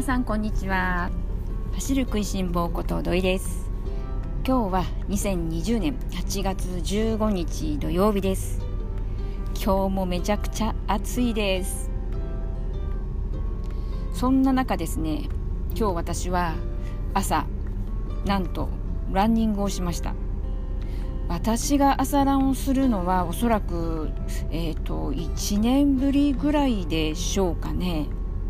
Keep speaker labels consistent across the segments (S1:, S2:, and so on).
S1: さんこんにちは。走る食いしん坊こと土井です。今日は2020年8月15日土曜日です。今日もめちゃくちゃ暑いです。そんな中ですね、今日私は朝なんとランニングをしました。私が朝ランをするのはおそらく、1年ぶりぐらいでしょうかね。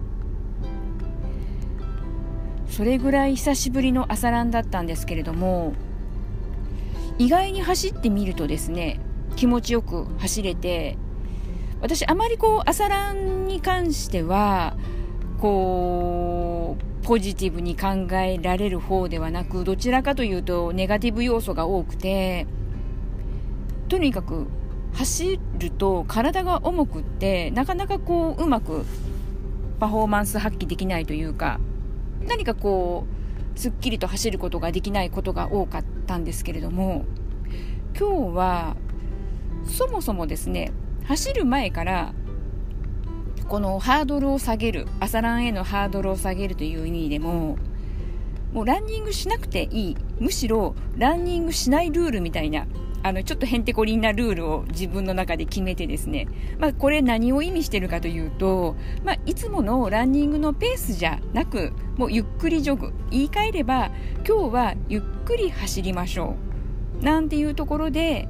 S1: それぐらい久しぶりの朝ランだったんですけれども、意外に走ってみるとですね、気持ちよく走れて、私あまり朝ランに関してはポジティブに考えられる方ではなく、どちらかというとネガティブ要素が多くて、とにかく走ると体が重くってなかなかうまくパフォーマンス発揮できないというか、何かすっきりと走ることができないことが多かったんですけれども、今日はそもそもですね、走る前からこのハードルを下げる、朝ランへのハードルを下げるという意味でもうランニングしなくていい、むしろランニングしないルールみたいなちょっとへんてこりんなルールを自分の中で決めてですね、これ何を意味してるかというと、いつものランニングのペースじゃなく、もうゆっくりジョグ、言い換えれば今日はゆっくり走りましょうなんていうところで、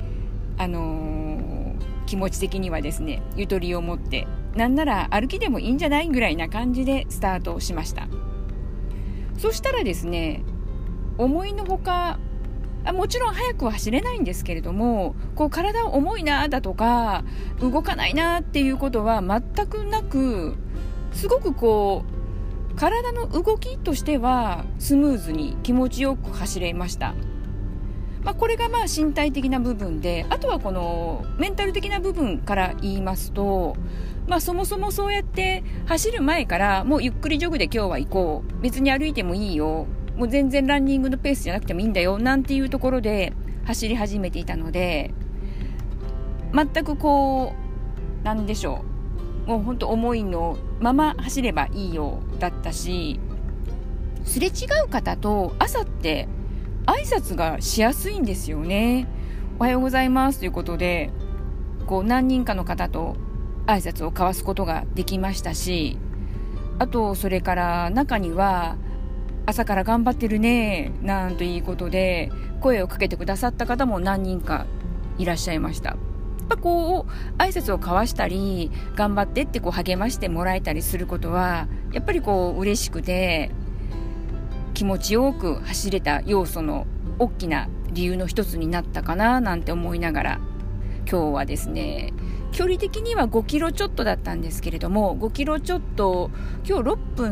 S1: 気持ち的にはですね、ゆとりを持って、なんなら歩きでもいいんじゃないぐらいな感じでスタートをしました。そしたらですね、思いのほかもちろん速くは走れないんですけれども、体重いなだとか動かないなっていうことは全くなく、すごく体の動きとしてはスムーズに気持ちよく走れました。これが身体的な部分で、あとはこのメンタル的な部分から言いますと、そもそもそうやって走る前からもうゆっくりジョグで今日は行こう、別に歩いてもいいよ、もう全然ランニングのペースじゃなくてもいいんだよなんていうところで走り始めていたので、全くなんでしょう、もう本当思いのまま走ればいいよだったし、すれ違う方と朝って挨拶がしやすいんですよね。おはようございますということで何人かの方と挨拶を交わすことができましたし、あとそれから中には朝から頑張ってるねなんということで声をかけてくださった方も何人かいらっしゃいました。挨拶を交わしたり頑張ってって励ましてもらえたりすることはやっぱり嬉しくて、気持ちよく走れた要素の大きな理由の一つになったかななんて思いながら、今日はですね、距離的には5キロちょっとだったんですけれども、5キロちょっと今日6分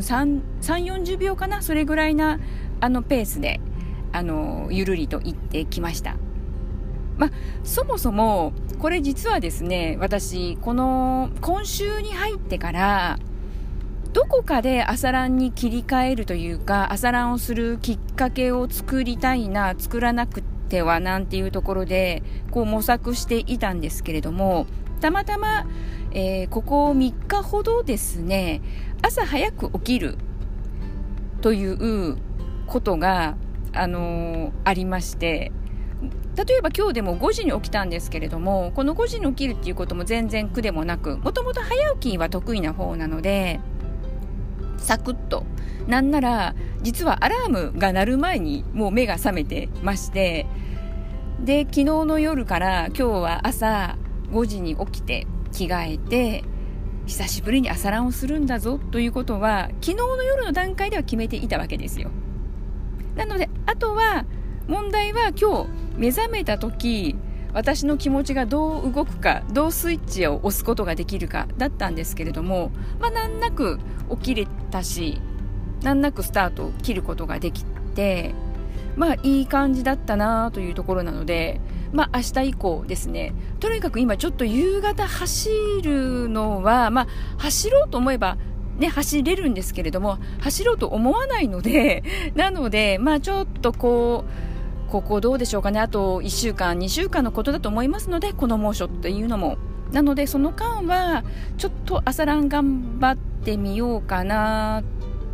S1: 40秒かな、それぐらいなペースでゆるりと行ってきました。そもそもこれ実はですね、私今週に入ってからどこかで朝ランに切り替えるというか、朝ランをするきっかけを作りたいな、作らなくてはなんていうところで模索していたんですけれども、たまたま、ここ3日ほどですね、朝早く起きるということが、ありまして、例えば今日でも5時に起きたんですけれども、この5時に起きるっていうことも全然苦でもなく、もともと早起きは得意な方なのでサクッと、なんなら実はアラームが鳴る前にもう目が覚めてまして、で昨日の夜から今日は朝5時に起きて着替えて久しぶりに朝ランをするんだぞということは昨日の夜の段階では決めていたわけですよ。なのであとは問題は今日目覚めた時、私の気持ちがどう動くか、どうスイッチを押すことができるかだったんですけれども、難なく起きれたし、難なくスタートを切ることができて、いい感じだったなというところなので、明日以降ですね、とにかく今ちょっと夕方走るのは、走ろうと思えばね、走れるんですけれども、走ろうと思わないので、なのでちょっとここどうでしょうかね、あと1週間2週間のことだと思いますので、この猛暑っていうのも、なのでその間はちょっと朝ラン頑張ってみようかな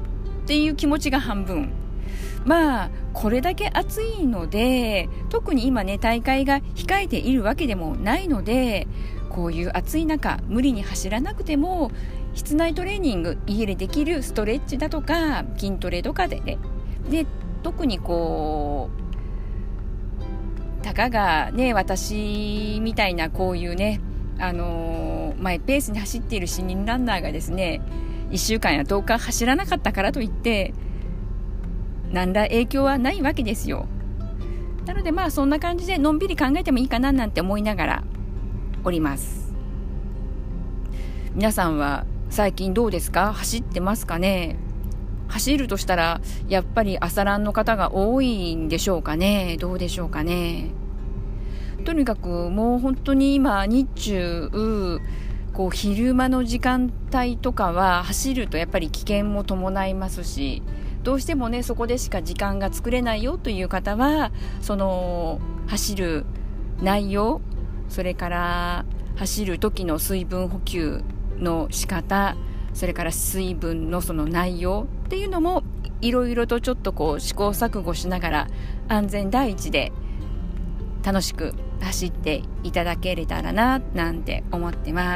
S1: っていう気持ちが半分。まあこれだけ暑いので、特に今ね大会が控えているわけでもないので、こういう暑い中無理に走らなくても室内トレーニング、家でできるストレッチだとか筋トレとかで特にこうたかがね、私みたいなこういうね、マイペースに走っている市民ランナーがですね、1週間や10日走らなかったからといって何ら影響はないわけですよ。なのでまあそんな感じでのんびり考えてもいいかななんて思いながらおります。皆さんは最近どうですか？走ってますかね？走るとしたらやっぱり朝ランの方が多いんでしょうかね？どうでしょうかね？とにかくもう本当に今日中こう昼間の時間帯とかは走るとやっぱり危険も伴いますし、どうしてもねそこでしか時間が作れないよという方は、その走る内容、それから走る時の水分補給の仕方、それから水分のその内容っていうのもいろいろとちょっとこう試行錯誤しながら安全第一で楽しく走っていただけれたらななんて思ってます。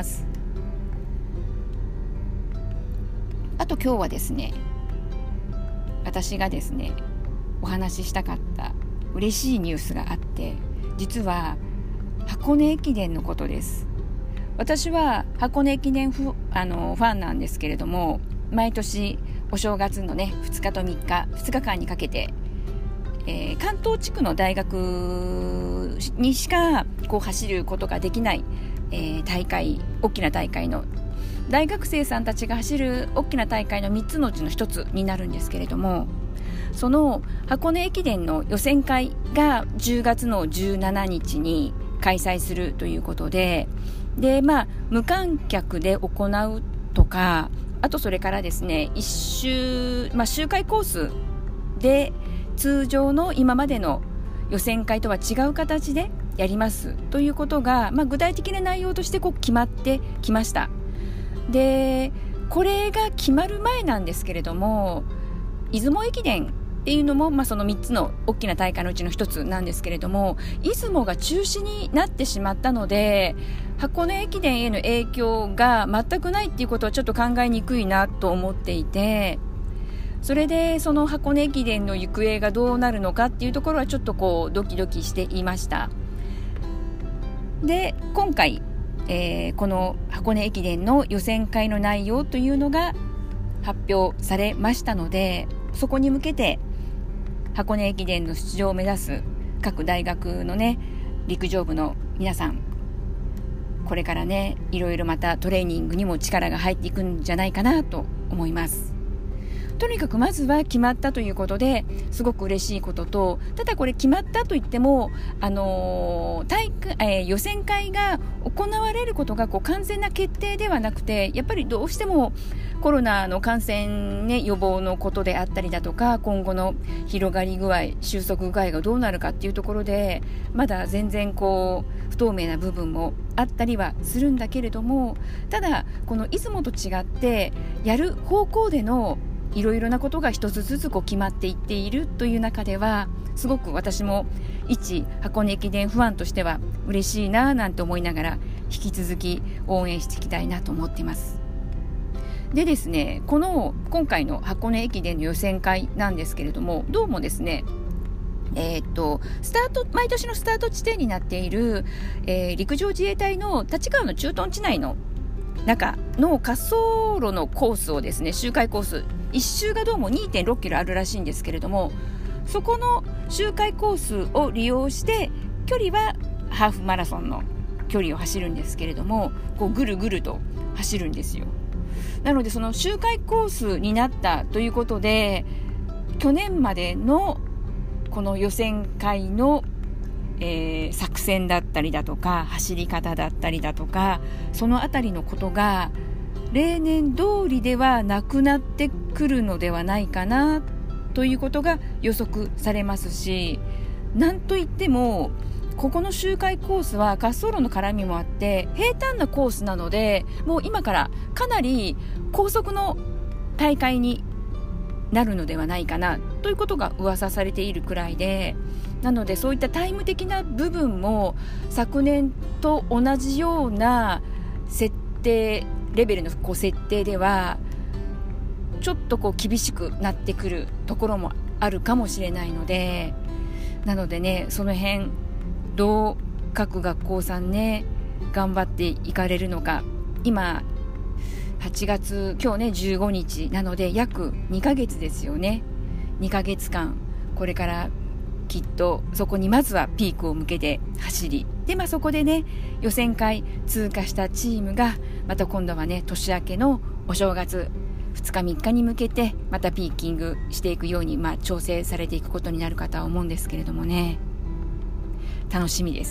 S1: あと今日はですね、私がですねお話ししたかった嬉しいニュースがあって、実は箱根駅伝のことです。私は箱根駅伝ファンなんですけれども、毎年お正月のね2日と3日2日間にかけて、関東地区の大学にしかこう走ることができない、大会、大きな大会の大学生さんたちが走る大きな大会の3つのうちの1つになるんですけれども、その箱根駅伝の予選会が10月の17日に開催するということで、まあ無観客で行うとか、あとそれからですね周回コースで通常の今までの予選会とは違う形でやりますということが、具体的な内容としてこう決まってきました。でこれが決まる前なんですけれども、出雲駅伝っていうのも、その3つの大きな大会のうちの1つなんですけれども、出雲が中止になってしまったので箱根駅伝への影響が全くないっていうことはちょっと考えにくいなと思っていて、それでその箱根駅伝の行方がどうなるのかっていうところはちょっとこうドキドキしていました。で今回、この箱根駅伝の予選会の内容というのが発表されましたので、そこに向けて箱根駅伝の出場を目指す各大学のね陸上部の皆さん、これからねいろいろまたトレーニングにも力が入っていくんじゃないかなと思います。とにかくまずは決まったということですごく嬉しいことと、ただこれ決まったといっても、予選会が行われることがこう完全な決定ではなくて、やっぱりどうしてもコロナの感染、予防のことであったりだとか、今後の広がり具合、収束具合がどうなるかっていうところでまだ全然こう不透明な部分もあったりはするんだけれども、ただこの出雲と違ってやる方向でのいろいろなことが一つずつこう決まっていっているという中では、すごく私も一箱根駅伝ファンとしては嬉しいななんて思いながら引き続き応援していきたいなと思っています。でですね、今回の箱根駅伝の予選会なんですけれども、どうもですね毎年のスタート地点になっている、陸上自衛隊の立川の駐屯地内の中の滑走路のコースをですね、周回コース1周がどうも 2.6 キロあるらしいんですけれども、そこの周回コースを利用して距離はハーフマラソンの距離を走るんですけれども、こうぐるぐると走るんですよ。なのでその周回コースになったということで、去年までのこの予選会の、作戦だったりだとか走り方だったりだとか、そのあたりのことが例年通りではなくなってくるのではないかなということが予測されますし、なんといってもここの周回コースは滑走路の絡みもあって平坦なコースなので、もう今からかなり高速の大会になるのではないかなということが噂されているくらいで、なのでそういったタイム的な部分も昨年と同じような設定レベルの設定ではちょっと厳しくなってくるところもあるかもしれないので、なのでね、その辺どう各学校さんね頑張っていかれるのか。今8月今日ね15日なので約2ヶ月ですよね。2ヶ月間これからきっとそこにまずはピークを向けて走りで、そこでね予選会通過したチームがまた今度はね年明けのお正月2日3日に向けてまたピーキングしていくように、調整されていくことになるかとは思うんですけれどもね、楽しみです。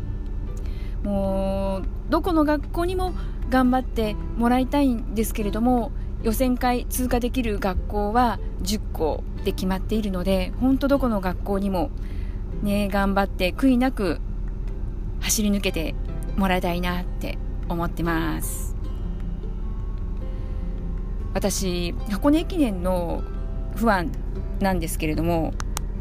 S1: もうどこの学校にも頑張ってもらいたいんですけれども、予選会通過できる学校は10校で決まっているので、本当どこの学校にもね頑張って悔いなく走り抜けてもらいたいなって思ってます。私箱根駅伝のファンなんですけれども、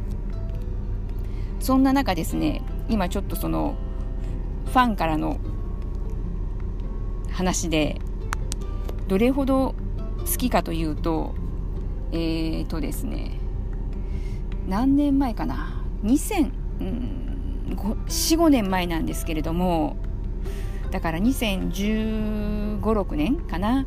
S1: そんな中ですね、今ちょっとそのファンからの話でどれほど好きかというと、ですね、何年前かな、4、5年前なんですけれども、だから2015、6年かな、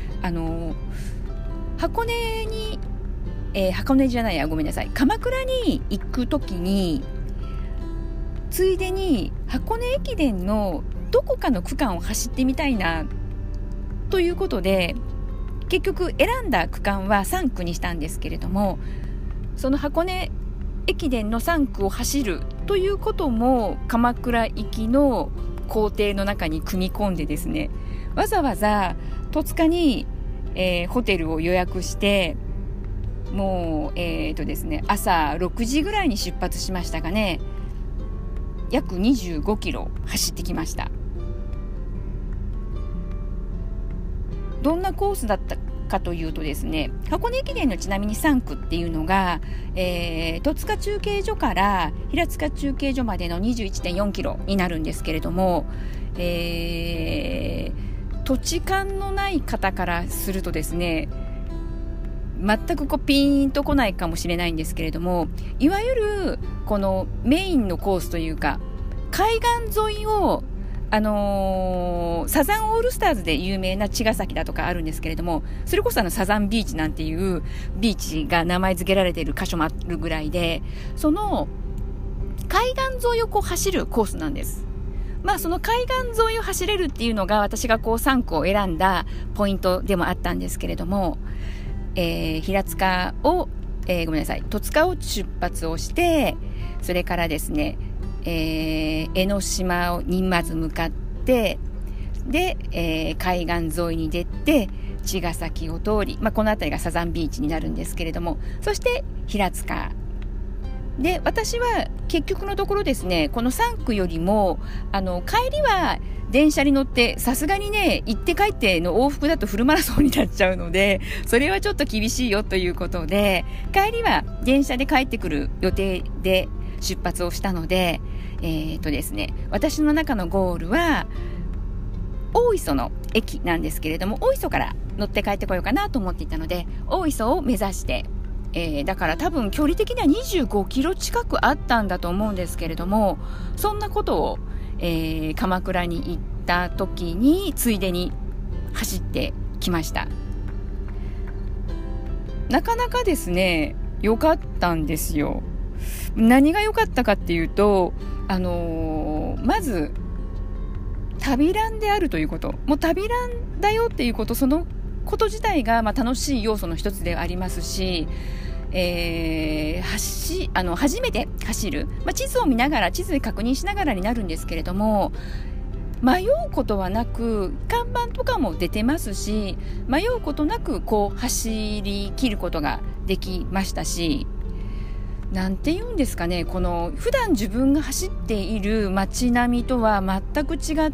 S1: 箱根に、箱根じゃないや、ごめんなさい、鎌倉に行くときについでに箱根駅伝のどこかの区間を走ってみたいなということで、結局選んだ区間は3区にしたんですけれども、その箱根駅伝の3区を走るということも鎌倉行きの工程の中に組み込んでですね、わざわざ戸塚に、ホテルを予約して、もう、ですね、朝6時ぐらいに出発しましたがね、約25キロ走ってきました。どんなコースだったかというとですね、箱根駅伝のちなみに3区っていうのが、戸塚中継所から平塚中継所までの 21.4 キロになるんですけれども、土地勘のない方からするとですね、全くピーンと来ないかもしれないんですけれども、いわゆるこのメインのコースというか海岸沿いを、サザンオールスターズで有名な茅ヶ崎だとかあるんですけれども、それこそサザンビーチなんていうビーチが名前付けられている箇所もあるぐらいで、その海岸沿いを走るコースなんです。その海岸沿いを走れるっていうのが私が3区を選んだポイントでもあったんですけれども、平塚を、ごめんなさい、戸塚を出発をして、それからですね、江ノ島にまず向かって、で、海岸沿いに出て茅ヶ崎を通り、この辺りがサザンビーチになるんですけれども、そして平塚で、私は結局のところですね、この3区よりも帰りは電車に乗って、さすがにね行って帰っての往復だとフルマラソンになっちゃうので、それはちょっと厳しいよということで、帰りは電車で帰ってくる予定で出発をしたので、ですね、私の中のゴールは大磯の駅なんですけれども、大磯から乗って帰ってこようかなと思っていたので、大磯を目指して、だから多分距離的には25キロ近くあったんだと思うんですけれども、そんなことを、鎌倉に行った時についでに走ってきました。なかなかですね良かったんですよ。何が良かったかっていうと、まず旅ランであるということ、もう旅ランだよっていうこと、そのこと自体が楽しい要素の一つではありますし、初めて走る、地図を見ながら、地図で確認しながらになるんですけれども、迷うことはなく、看板とかも出てますし、迷うことなく走り切ることができましたし、なんて言うんですかね、この普段自分が走っている街並みとは全く違って、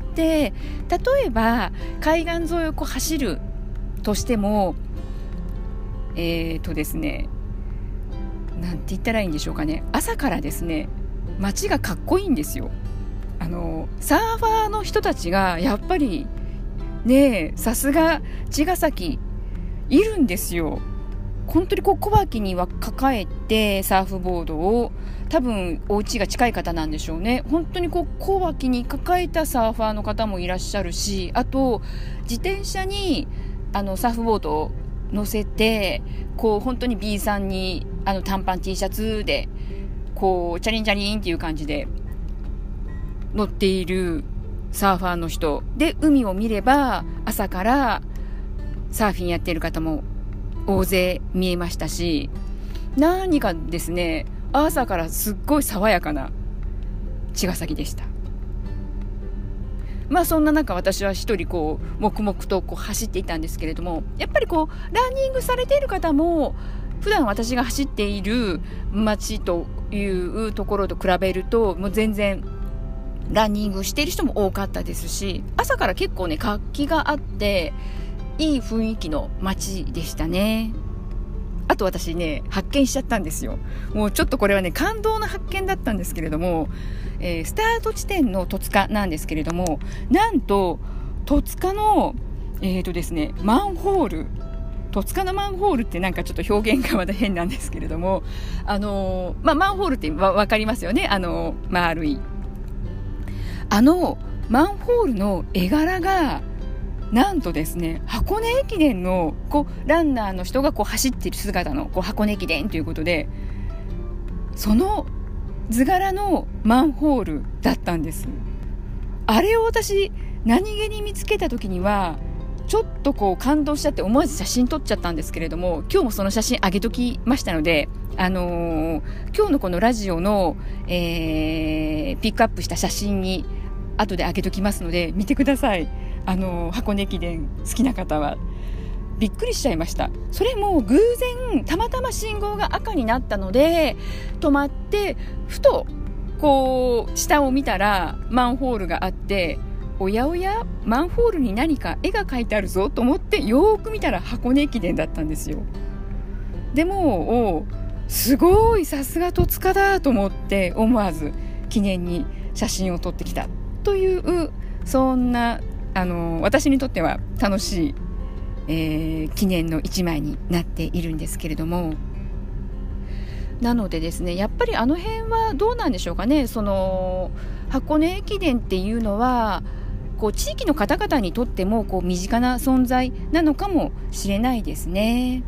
S1: 例えば海岸沿いを走るとしても、 ですね、なんて言ったらいいんでしょうかね、朝からですね街がかっこいいんですよ。サーファーの人たちがやっぱりね、さすが茅ヶ崎いるんですよ。本当に小脇には抱えてサーフボードを、多分お家が近い方なんでしょうね。本当に小脇に抱えたサーファーの方もいらっしゃるし、あと自転車にサーフボードを乗せて、本当に B さんに短パン T シャツでチャリンチャリンっていう感じで乗っているサーファーの人で、海を見れば朝からサーフィンやっている方も大勢見えましたし、何かですね、朝からすっごい爽やかな茅ヶ崎でした。そんな中、私は一人黙々と走っていたんですけれども、やっぱりランニングされている方も普段私が走っている街というところと比べると、もう全然ランニングしている人も多かったですし、朝から結構ね活気があっていい雰囲気の街でしたね。あと私ね、発見しちゃったんですよ。もうちょっとこれはね感動の発見だったんですけれども、スタート地点の戸塚なんですけれども、なんと戸塚のですねマンホール、戸塚のマンホールってなんかちょっと表現がまた変なんですけれども、マンホールってわかりますよね。丸いマンホールの絵柄がなんとですね、箱根駅伝のランナーの人が走っている姿の箱根駅伝ということで、その図柄のマンホールだったんです。あれを私何気に見つけた時にはちょっと感動しちゃって、思わず写真撮っちゃったんですけれども、今日もその写真上げときましたので、今日のこのラジオの、ピックアップした写真に後で上げときますので見てください。箱根駅伝好きな方は。びっくりしちゃいました。それも偶然たまたま信号が赤になったので止まって、ふと下を見たらマンホールがあって、おやおやマンホールに何か絵が描いてあるぞと思ってよーく見たら箱根駅伝だったんですよ。でもすごい、さすが戸塚だと思って思わず記念に写真を撮ってきたという、そんな私にとっては楽しい、記念の一枚になっているんですけれども、なのでですね、やっぱり辺はどうなんでしょうかね。その箱根駅伝っていうのは地域の方々にとっても身近な存在なのかもしれないですね。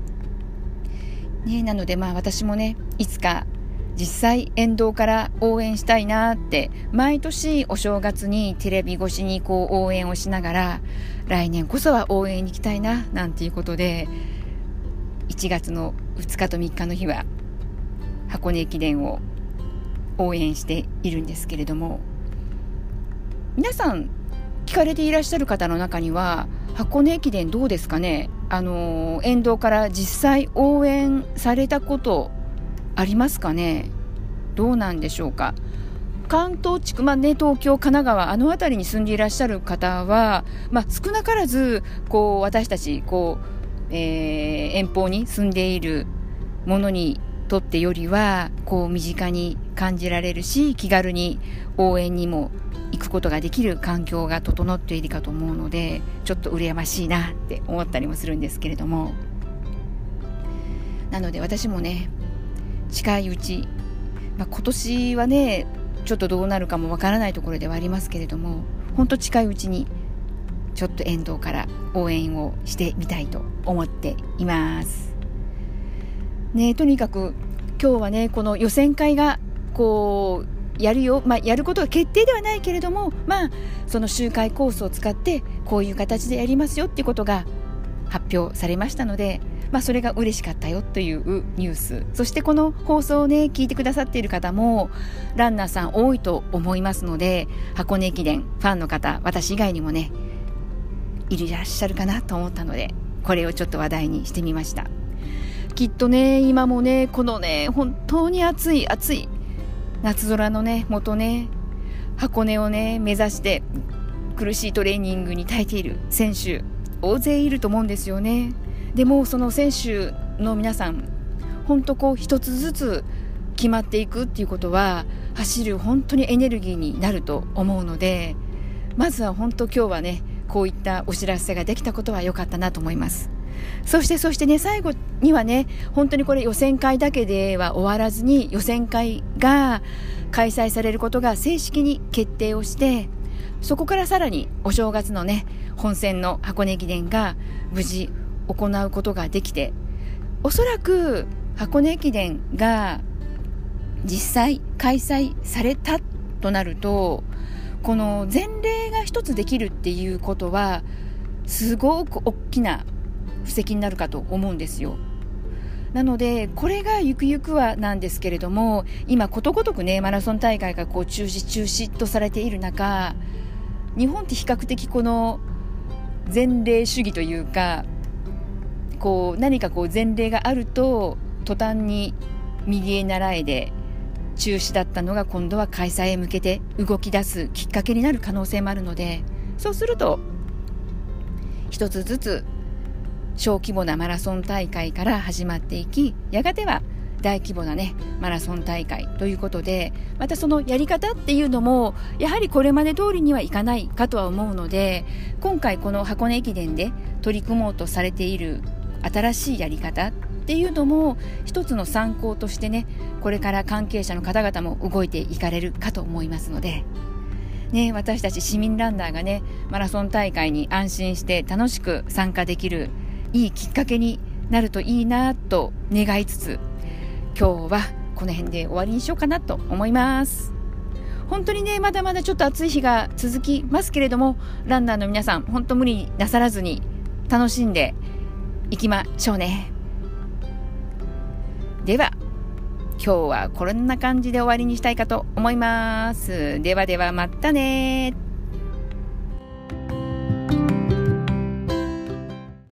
S1: なので私もね、いつか実際沿道から応援したいなって、毎年お正月にテレビ越しに応援をしながら、来年こそは応援に行きたいななんていうことで、1月の2日と3日の日は箱根駅伝を応援しているんですけれども、皆さん聞かれていらっしゃる方の中には箱根駅伝どうですかね。沿道から実際応援されたことありますかね。どうなんでしょうか。関東地区、東京、神奈川、辺りに住んでいらっしゃる方は、少なからず私たち遠方に住んでいるものにとってよりは身近に感じられるし、気軽に応援にも行くことができる環境が整っているかと思うので、ちょっと羨ましいなって思ったりもするんですけれども、なので私もね、近いうち、今年はねちょっとどうなるかもわからないところではありますけれども、本当近いうちにちょっと沿道から応援をしてみたいと思っていますね。とにかく今日はね、この予選会がやるよ、やることが決定ではないけれども、その周回コースを使ってこういう形でやりますよっていうことが発表されましたので、それが嬉しかったよというニュース。そしてこの放送をね聞いてくださっている方もランナーさん多いと思いますので、箱根駅伝ファンの方、私以外にもねいらっしゃるかなと思ったので、これをちょっと話題にしてみました。きっとね、今もねこのね本当に暑い夏空のね元ね、箱根をね目指して苦しいトレーニングに耐えている選手大勢いると思うんですよね。 でもその選手の皆さん本当一つずつ決まっていくっていうことは走る本当にエネルギーになると思うので、まずは本当今日はねこういったお知らせができたことは良かったなと思います。そしてね、最後にはね、本当にこれ予選会だけでは終わらずに、予選会が開催されることが正式に決定をして、そこからさらにお正月のね本戦の箱根駅伝が無事行うことができて、おそらく箱根駅伝が実際開催されたとなると、この前例が一つできるっていうことはすごく大きな布石になるかと思うんですよ。なのでこれがゆくゆくはなんですけれども、今ことごとくねマラソン大会が中止とされている中、日本って比較的この前例主義というか、何か前例があると途端に右へ習えで中止だったのが今度は開催へ向けて動き出すきっかけになる可能性もあるので、そうすると一つずつ小規模なマラソン大会から始まっていき、やがては大規模なねマラソン大会ということで、またそのやり方っていうのもやはりこれまで通りにはいかないかとは思うので、今回この箱根駅伝で取り組もうとされている新しいやり方っていうのも一つの参考としてね、これから関係者の方々も動いていかれるかと思いますのでね、私たち市民ランナーがねマラソン大会に安心して楽しく参加できるいいきっかけになるといいなと願いつつ、今日はこの辺で終わりにしようかなと思います。本当にねまだまだちょっと暑い日が続きますけれども、ランナーの皆さん本当無理なさらずに楽しんでいきましょうね。では今日はこんな感じで終わりにしたいかと思います。ではではまたね。